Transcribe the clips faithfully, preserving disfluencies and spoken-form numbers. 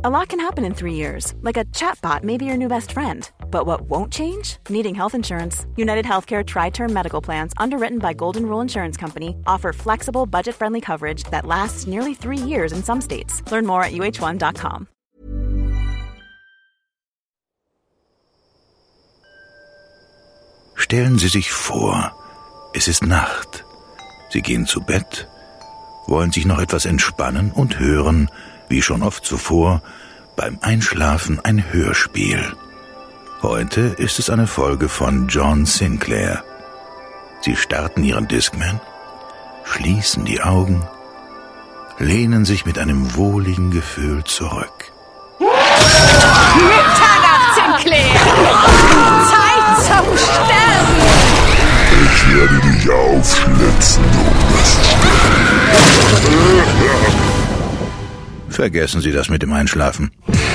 A lot can happen in three years, like a chatbot may be your new best friend. But what won't change? Needing health insurance. United Healthcare Tri-Term Medical Plans, underwritten by Golden Rule Insurance Company, offer flexible, budget-friendly coverage that lasts nearly three years in some states. Learn more at U H one dot com. Stellen Sie sich vor, es ist Nacht. Sie gehen zu Bett, wollen sich noch etwas entspannen und hören, wie schon oft zuvor, beim Einschlafen ein Hörspiel. Heute ist es eine Folge von John Sinclair. Sie starten Ihren Discman, schließen die Augen, lehnen sich mit einem wohligen Gefühl zurück. Mitternacht, Sinclair! Zeit zum Sterben! Ich werde dich aufschlitzen, du Miststern. Vergessen Sie das mit dem Einschlafen.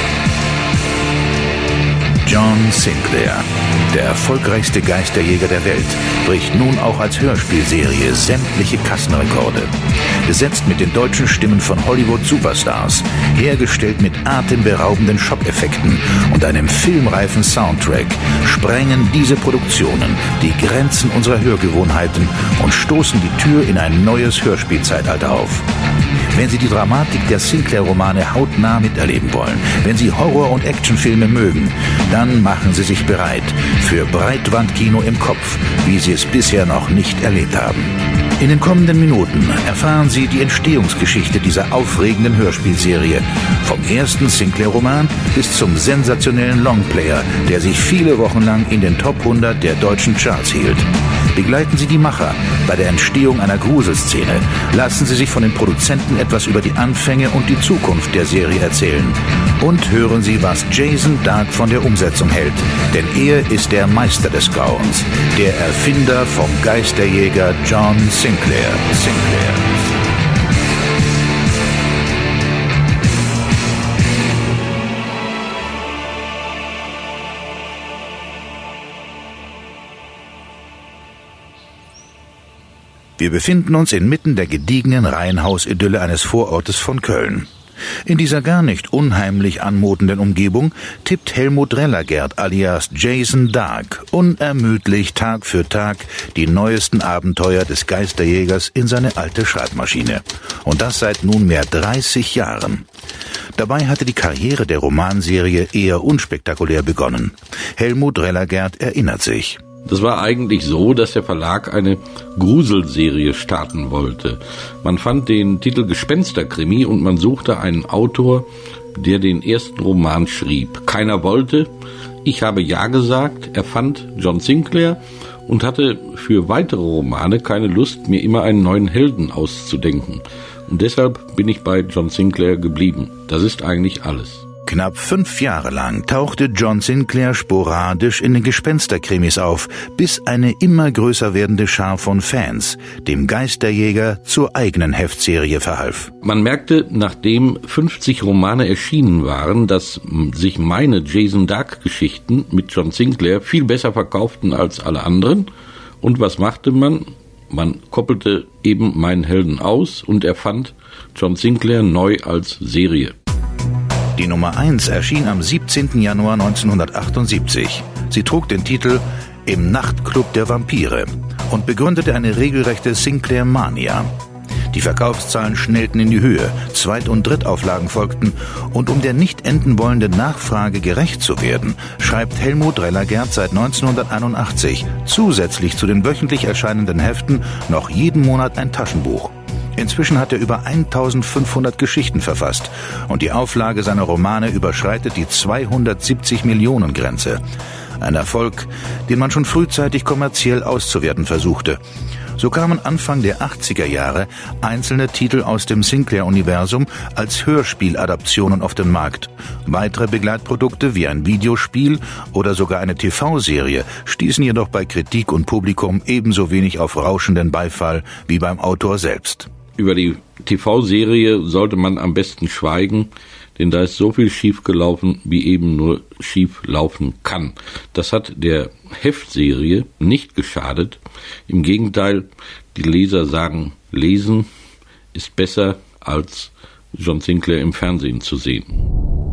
John Sinclair, der erfolgreichste Geisterjäger der Welt, bricht nun auch als Hörspielserie sämtliche Kassenrekorde. Besetzt mit den deutschen Stimmen von Hollywood-Superstars, hergestellt mit atemberaubenden Schockeffekten und einem filmreifen Soundtrack, sprengen diese Produktionen die Grenzen unserer Hörgewohnheiten und stoßen die Tür in ein neues Hörspielzeitalter auf. Wenn Sie die Dramatik der Sinclair-Romane hautnah miterleben wollen, wenn Sie Horror- und Actionfilme mögen, dann machen Sie sich bereit für Breitbandkino im Kopf, wie Sie es bisher noch nicht erlebt haben. In den kommenden Minuten erfahren Sie die Entstehungsgeschichte dieser aufregenden Hörspielserie. Vom ersten Sinclair-Roman bis zum sensationellen Longplayer, der sich viele Wochen lang in den Top hundert der deutschen Charts hielt. Begleiten Sie die Macher bei der Entstehung einer Gruselszene. Lassen Sie sich von den Produzenten etwas über die Anfänge und die Zukunft der Serie erzählen. Und hören Sie, was Jason Dark von der Umsetzung hält. Denn er ist der Meister des Grauens, der Erfinder vom Geisterjäger John Sinclair. Sinclair. Wir befinden uns inmitten der gediegenen Reihenhausidylle eines Vorortes von Köln. In dieser gar nicht unheimlich anmutenden Umgebung tippt Helmut Rellergert alias Jason Dark unermüdlich Tag für Tag die neuesten Abenteuer des Geisterjägers in seine alte Schreibmaschine. Und das seit nunmehr dreißig Jahren. Dabei hatte die Karriere der Romanserie eher unspektakulär begonnen. Helmut Rellergert erinnert sich. Das war eigentlich so, dass der Verlag eine Gruselserie starten wollte. Man fand den Titel Gespensterkrimi und man suchte einen Autor, der den ersten Roman schrieb. Keiner wollte. Ich habe ja gesagt. Er fand John Sinclair und hatte für weitere Romane keine Lust, mir immer einen neuen Helden auszudenken. Und deshalb bin ich bei John Sinclair geblieben. Das ist eigentlich alles. Knapp fünf Jahre lang tauchte John Sinclair sporadisch in den Gespensterkrimis auf, bis eine immer größer werdende Schar von Fans dem Geisterjäger zur eigenen Heftserie verhalf. Man merkte, nachdem fünfzig Romane erschienen waren, dass sich meine Jason Dark-Geschichten mit John Sinclair viel besser verkauften als alle anderen. Und was machte man? Man koppelte eben meinen Helden aus und erfand John Sinclair neu als Serie. Die Nummer eins erschien am siebzehnten Januar neunzehnhundertachtundsiebzig. Sie trug den Titel »Im Nachtclub der Vampire« und begründete eine regelrechte Sinclair-Mania. Die Verkaufszahlen schnellten in die Höhe, Zweit- und Drittauflagen folgten und um der nicht enden wollenden Nachfrage gerecht zu werden, schreibt Helmut Rellergert seit neunzehnhunderteinundachtzig zusätzlich zu den wöchentlich erscheinenden Heften noch jeden Monat ein Taschenbuch. Inzwischen hat er über eintausendfünfhundert Geschichten verfasst und die Auflage seiner Romane überschreitet die zweihundertsiebzig Millionen Grenze. Ein Erfolg, den man schon frühzeitig kommerziell auszuwerten versuchte. So kamen Anfang der achtziger Jahre einzelne Titel aus dem Sinclair-Universum als Hörspieladaptionen auf den Markt. Weitere Begleitprodukte wie ein Videospiel oder sogar eine T V-Serie stießen jedoch bei Kritik und Publikum ebenso wenig auf rauschenden Beifall wie beim Autor selbst. Über die T V-Serie sollte man am besten schweigen, denn da ist so viel schiefgelaufen, wie eben nur schief laufen kann. Das hat der Heftserie nicht geschadet. Im Gegenteil, die Leser sagen, lesen ist besser als John Sinclair im Fernsehen zu sehen.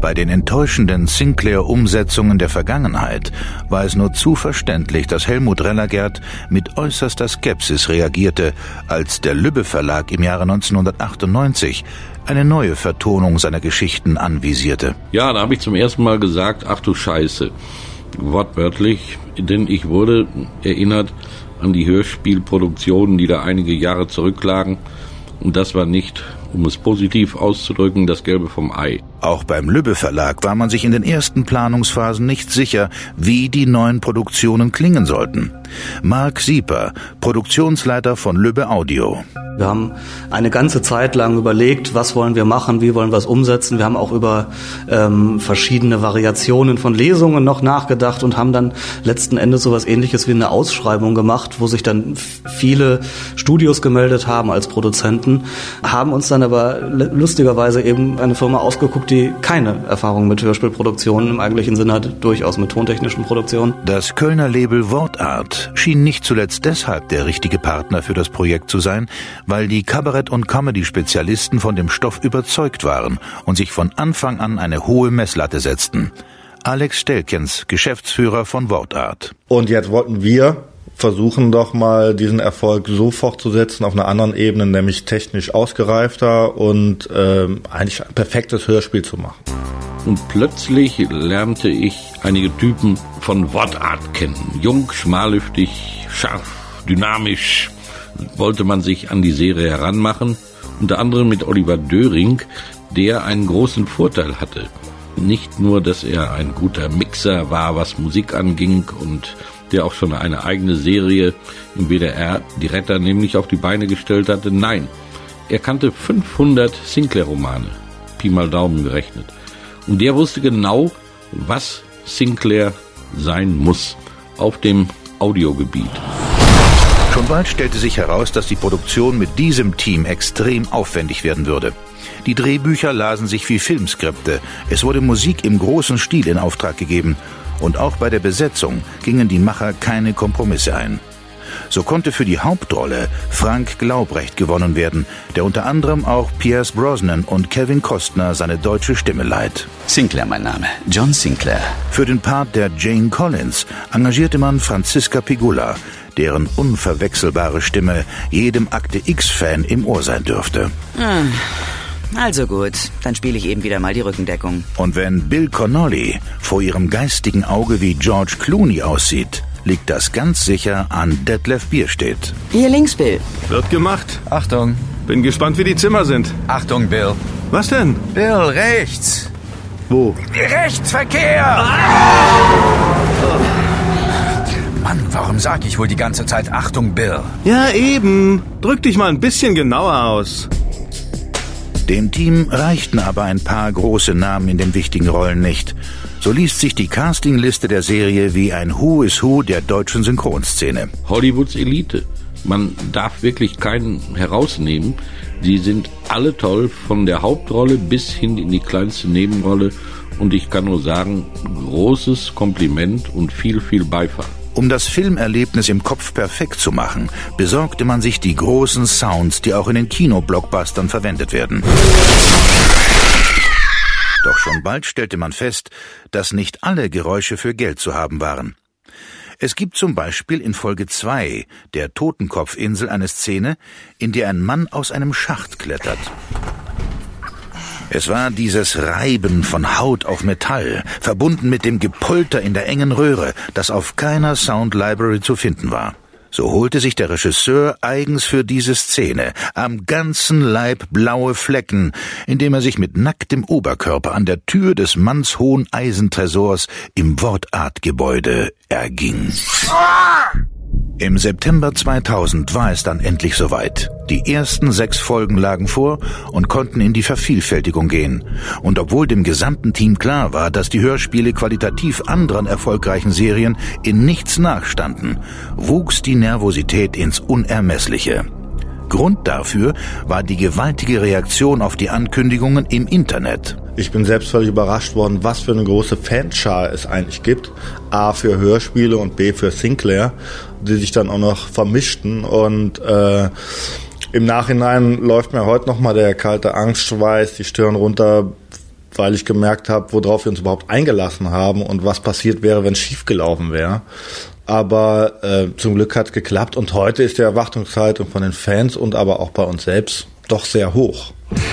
Bei den enttäuschenden Sinclair-Umsetzungen der Vergangenheit war es nur zu verständlich, dass Helmut Rellergert mit äußerster Skepsis reagierte, als der Lübbe Verlag im Jahre neunzehnhundertachtundneunzig eine neue Vertonung seiner Geschichten anvisierte. Ja, da habe ich zum ersten Mal gesagt, ach du Scheiße, wortwörtlich, denn ich wurde erinnert an die Hörspielproduktionen, die da einige Jahre zurücklagen, und das war nicht, um es positiv auszudrücken, das Gelbe vom Ei. Auch beim Lübbe Verlag war man sich in den ersten Planungsphasen nicht sicher, wie die neuen Produktionen klingen sollten. Mark Sieper, Produktionsleiter von Lübbe Audio. Wir haben eine ganze Zeit lang überlegt, was wollen wir machen, wie wollen wir es umsetzen. Wir haben auch über ähm, verschiedene Variationen von Lesungen noch nachgedacht und haben dann letzten Endes sowas Ähnliches wie eine Ausschreibung gemacht, wo sich dann f- viele Studios gemeldet haben als Produzenten, haben uns dann aber lustigerweise eben eine Firma ausgeguckt, die keine Erfahrung mit Hörspielproduktionen im eigentlichen Sinne hat, durchaus mit tontechnischen Produktionen. Das Kölner Label Wortart schien nicht zuletzt deshalb der richtige Partner für das Projekt zu sein, weil die Kabarett- und Comedy-Spezialisten von dem Stoff überzeugt waren und sich von Anfang an eine hohe Messlatte setzten. Alex Stelkens, Geschäftsführer von Wortart. Und jetzt wollten wir versuchen doch mal diesen Erfolg so fortzusetzen auf einer anderen Ebene, nämlich technisch ausgereifter und ähm, eigentlich ein perfektes Hörspiel zu machen. Und plötzlich lernte ich einige Typen von Wortart kennen. Jung, schmalhüftig, scharf, dynamisch, wollte man sich an die Serie heranmachen. Unter anderem mit Oliver Döring, der einen großen Vorteil hatte. Nicht nur, dass er ein guter Mixer war, was Musik anging, und der auch schon eine eigene Serie im W D R, die Retter, nämlich auf die Beine gestellt hatte. Nein, er kannte fünfhundert Sinclair-Romane, Pi mal Daumen gerechnet. Und der wusste genau, was Sinclair sein muss auf dem Audiogebiet. Schon bald stellte sich heraus, dass die Produktion mit diesem Team extrem aufwendig werden würde. Die Drehbücher lasen sich wie Filmskripte, es wurde Musik im großen Stil in Auftrag gegeben und auch bei der Besetzung gingen die Macher keine Kompromisse ein. So konnte für die Hauptrolle Frank Glaubrecht gewonnen werden, der unter anderem auch Pierce Brosnan und Kevin Costner seine deutsche Stimme leiht. Sinclair mein Name, John Sinclair. Für den Part der Jane Collins engagierte man Franziska Pigula, deren unverwechselbare Stimme jedem Akte X-Fan im Ohr sein dürfte. Hm. Also gut, dann spiele ich eben wieder mal die Rückendeckung. Und wenn Bill Connolly vor ihrem geistigen Auge wie George Clooney aussieht, liegt das ganz sicher an Detlef Bierstedt. Hier links, Bill. Wird gemacht. Achtung. Bin gespannt, wie die Zimmer sind. Achtung, Bill. Was denn? Bill, rechts. Wo? Rechtsverkehr! Ah! Mann, warum sag ich wohl die ganze Zeit Achtung, Bill? Ja, eben. Drück dich mal ein bisschen genauer aus. Dem Team reichten aber ein paar große Namen in den wichtigen Rollen nicht. So liest sich die Castingliste der Serie wie ein Who is Who der deutschen Synchronszene. Hollywoods Elite. Man darf wirklich keinen herausnehmen. Sie sind alle toll, von der Hauptrolle bis hin in die kleinste Nebenrolle. Und ich kann nur sagen, großes Kompliment und viel, viel Beifall. Um das Filmerlebnis im Kopf perfekt zu machen, besorgte man sich die großen Sounds, die auch in den Kinoblockbustern verwendet werden. Doch schon bald stellte man fest, dass nicht alle Geräusche für Geld zu haben waren. Es gibt zum Beispiel in Folge zwei der Totenkopfinsel eine Szene, in der ein Mann aus einem Schacht klettert. Es war dieses Reiben von Haut auf Metall, verbunden mit dem Gepolter in der engen Röhre, das auf keiner Sound Library zu finden war. So holte sich der Regisseur eigens für diese Szene am ganzen Leib blaue Flecken, indem er sich mit nacktem Oberkörper an der Tür des mannshohen Eisentresors im Wortart-Gebäude erging. Im September zweitausend war es dann endlich soweit. Die ersten sechs Folgen lagen vor und konnten in die Vervielfältigung gehen. Und obwohl dem gesamten Team klar war, dass die Hörspiele qualitativ anderen erfolgreichen Serien in nichts nachstanden, wuchs die Nervosität ins Unermessliche. Grund dafür war die gewaltige Reaktion auf die Ankündigungen im Internet. Ich bin selbst völlig überrascht worden, was für eine große Fanschar es eigentlich gibt. A für Hörspiele und B für Sinclair, die sich dann auch noch vermischten. Und äh, im Nachhinein läuft mir heute noch mal der kalte Angstschweiß die Stirn runter, weil ich gemerkt habe, worauf wir uns überhaupt eingelassen haben und was passiert wäre, wenn es schiefgelaufen wäre. Aber äh, zum Glück hat es geklappt und heute ist die Erwartungshaltung von den Fans und aber auch bei uns selbst doch sehr hoch.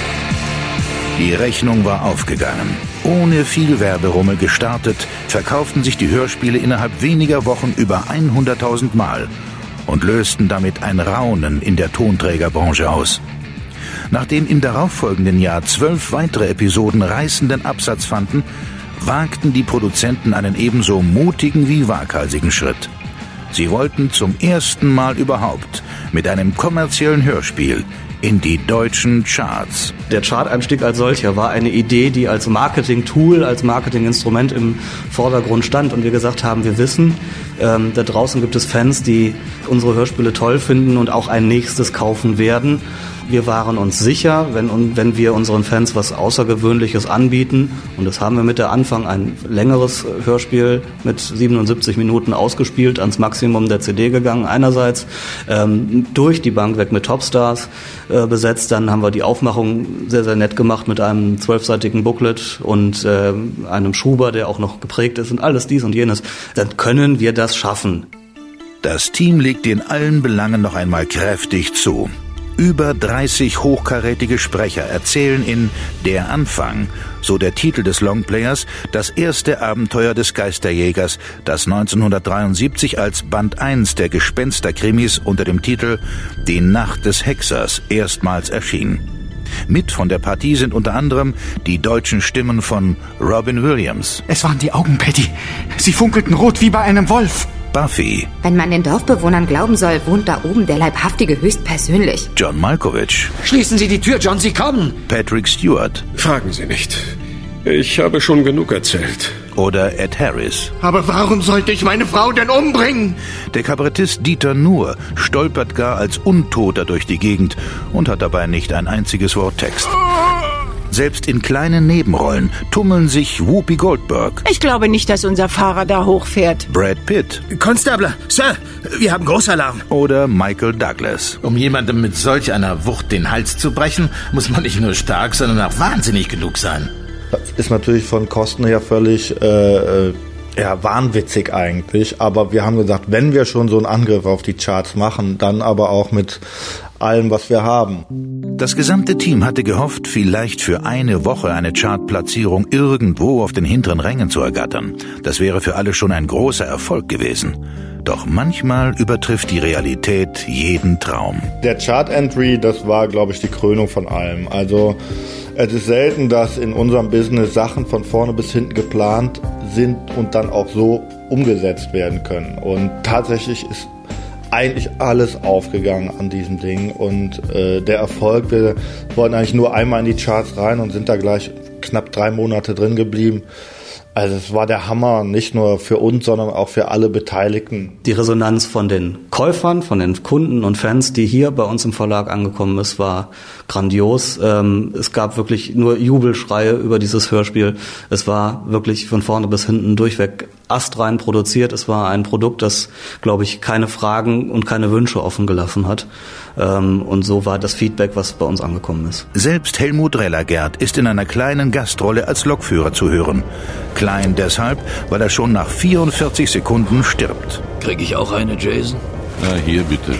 Die Rechnung war aufgegangen. Ohne viel Werberummel gestartet, verkauften sich die Hörspiele innerhalb weniger Wochen über hunderttausend Mal und lösten damit ein Raunen in der Tonträgerbranche aus. Nachdem im darauffolgenden Jahr zwölf weitere Episoden reißenden Absatz fanden, wagten die Produzenten einen ebenso mutigen wie waghalsigen Schritt. Sie wollten zum ersten Mal überhaupt mit einem kommerziellen Hörspiel in die deutschen Charts. Der Chart-Einstieg als solcher war eine Idee, die als Marketing-Tool, als Marketinginstrument im Vordergrund stand. Und wir gesagt haben, wir wissen, ähm, da draußen gibt es Fans, die unsere Hörspiele toll finden und auch ein nächstes kaufen werden. Wir waren uns sicher, wenn, wenn wir unseren Fans was Außergewöhnliches anbieten, und das haben wir mit der Anfang, ein längeres Hörspiel mit siebenundsiebzig Minuten ausgespielt, ans Maximum der C D gegangen einerseits, ähm, durch die Bank weg mit Topstars äh, besetzt. Dann haben wir die Aufmachung sehr, sehr nett gemacht mit einem zwölfseitigen Booklet und äh, einem Schuber, der auch noch geprägt ist und alles dies und jenes. Dann können wir das schaffen. Das Team legte in allen Belangen noch einmal kräftig zu. Über dreißig hochkarätige Sprecher erzählen in Der Anfang, so der Titel des Longplayers, das erste Abenteuer des Geisterjägers, das neunzehnhundertdreiundsiebzig als Band eins der Gespensterkrimis unter dem Titel Die Nacht des Hexers erstmals erschien. Mit von der Partie sind unter anderem die deutschen Stimmen von Robin Williams. Es waren die Augen, Patty. Sie funkelten rot wie bei einem Wolf. Buffy. Wenn man den Dorfbewohnern glauben soll, wohnt da oben der Leibhaftige höchstpersönlich. John Malkovich. Schließen Sie die Tür, John, Sie kommen. Patrick Stewart. Fragen Sie nicht. Ich habe schon genug erzählt. Oder Ed Harris. Aber warum sollte ich meine Frau denn umbringen? Der Kabarettist Dieter Nuhr stolpert gar als Untoter durch die Gegend und hat dabei nicht ein einziges Wort Text. Selbst in kleinen Nebenrollen tummeln sich Whoopi Goldberg. Ich glaube nicht, dass unser Fahrer da hochfährt. Brad Pitt. Constable, Sir, wir haben Großalarm. Oder Michael Douglas. Um jemandem mit solch einer Wucht den Hals zu brechen, muss man nicht nur stark, sondern auch wahnsinnig genug sein. Das ist natürlich von Kosten her völlig äh, ja, wahnwitzig eigentlich. Aber wir haben gesagt, wenn wir schon so einen Angriff auf die Charts machen, dann aber auch mit allem, was wir haben. Das gesamte Team hatte gehofft, vielleicht für eine Woche eine Chartplatzierung irgendwo auf den hinteren Rängen zu ergattern. Das wäre für alle schon ein großer Erfolg gewesen. Doch manchmal übertrifft die Realität jeden Traum. Der Chart-Entry, das war, glaube ich, die Krönung von allem. Also es ist selten, dass in unserem Business Sachen von vorne bis hinten geplant sind und dann auch so umgesetzt werden können. Und tatsächlich ist eigentlich alles aufgegangen an diesem Ding und äh, der Erfolg, wir wollten eigentlich nur einmal in die Charts rein und sind da gleich knapp drei Monate drin geblieben. Also es war der Hammer, nicht nur für uns, sondern auch für alle Beteiligten. Die Resonanz von den Käufern, von den Kunden und Fans, die hier bei uns im Verlag angekommen ist, war grandios. Ähm, es gab wirklich nur Jubelschreie über dieses Hörspiel. Es war wirklich von vorne bis hinten durchweg astrein produziert. Es war ein Produkt, das, glaube ich, keine Fragen und keine Wünsche offen gelassen hat. Ähm, und so war das Feedback, was bei uns angekommen ist. Selbst Helmut Rellergert ist in einer kleinen Gastrolle als Lokführer zu hören. Klein deshalb, weil er schon nach vierundvierzig Sekunden stirbt. Krieg ich auch eine, Jason? Na, hier bitte.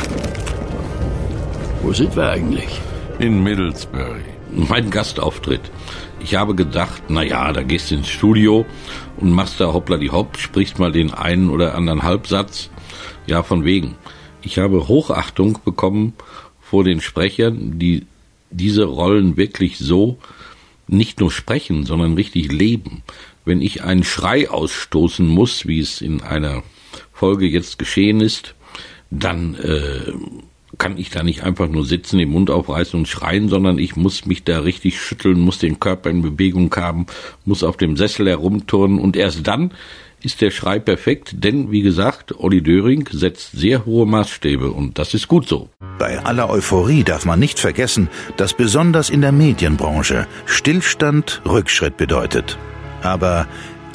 Wo sind wir eigentlich? In Middlesbury. Mein Gastauftritt. Ich habe gedacht, na ja, da gehst du ins Studio und machst da hoppla die hopp, sprichst mal den einen oder anderen Halbsatz. Ja, von wegen. Ich habe Hochachtung bekommen vor den Sprechern, die diese Rollen wirklich so nicht nur sprechen, sondern richtig leben. Wenn ich einen Schrei ausstoßen muss, wie es in einer Folge jetzt geschehen ist, dann äh, kann ich da nicht einfach nur sitzen, den Mund aufreißen und schreien, sondern ich muss mich da richtig schütteln, muss den Körper in Bewegung haben, muss auf dem Sessel herumturnen und erst dann ist der Schrei perfekt, denn, wie gesagt, Olli Döring setzt sehr hohe Maßstäbe und das ist gut so. Bei aller Euphorie darf man nicht vergessen, dass besonders in der Medienbranche Stillstand Rückschritt bedeutet. Aber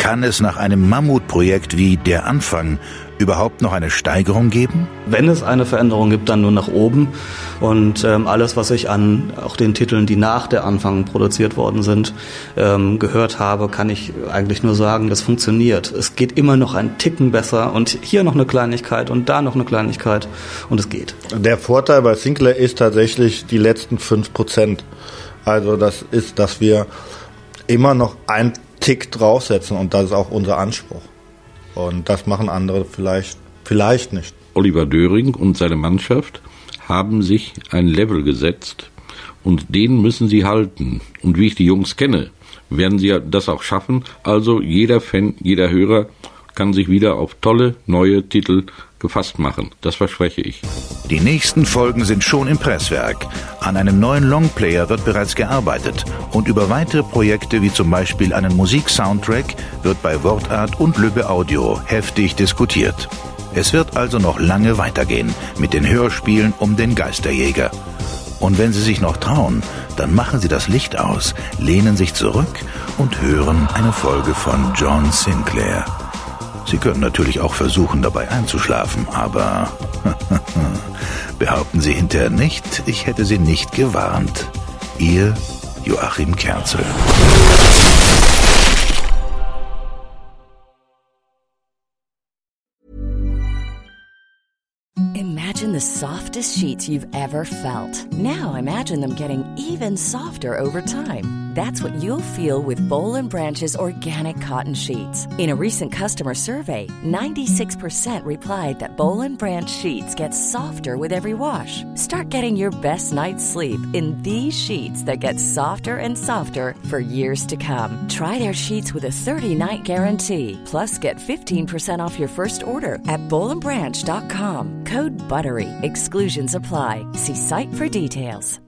Kann es nach einem Mammutprojekt wie Der Anfang überhaupt noch eine Steigerung geben? Wenn es eine Veränderung gibt, dann nur nach oben. Und ähm, alles, was ich an auch den Titeln, die nach Der Anfang produziert worden sind, ähm, gehört habe, kann ich eigentlich nur sagen, das funktioniert. Es geht immer noch einen Ticken besser und hier noch eine Kleinigkeit und da noch eine Kleinigkeit und es geht. Der Vorteil bei Sinclair ist tatsächlich die letzten fünf Prozent. Also das ist, dass wir immer noch einen Tick draufsetzen und das ist auch unser Anspruch. Und das machen andere vielleicht, vielleicht nicht. Oliver Döring und seine Mannschaft haben sich ein Level gesetzt und den müssen sie halten. Und wie ich die Jungs kenne, werden sie das auch schaffen. Also jeder Fan, jeder Hörer kann sich wieder auf tolle neue Titel gefasst machen. Das verspreche ich. Die nächsten Folgen sind schon im Presswerk. An einem neuen Longplayer wird bereits gearbeitet. Und über weitere Projekte wie zum Beispiel einen Musiksoundtrack wird bei Wortart und Lübbe Audio heftig diskutiert. Es wird also noch lange weitergehen mit den Hörspielen um den Geisterjäger. Und wenn Sie sich noch trauen, dann machen Sie das Licht aus, lehnen sich zurück und hören eine Folge von John Sinclair. Sie können natürlich auch versuchen, dabei einzuschlafen, aber behaupten Sie hinterher nicht, ich hätte Sie nicht gewarnt. Ihr Joachim Kerzel. Imagine the softest sheets you've ever felt. Now imagine them getting even softer over time. That's what you'll feel with Boll and Branch's organic cotton sheets. In a recent customer survey, ninety-six percent replied that Boll and Branch sheets get softer with every wash. Start getting your best night's sleep in these sheets that get softer and softer for years to come. Try their sheets with a thirty-night guarantee. Plus, get fifteen percent off your first order at boll and branch dot com. Code BUTTERY. Exclusions apply. See site for details.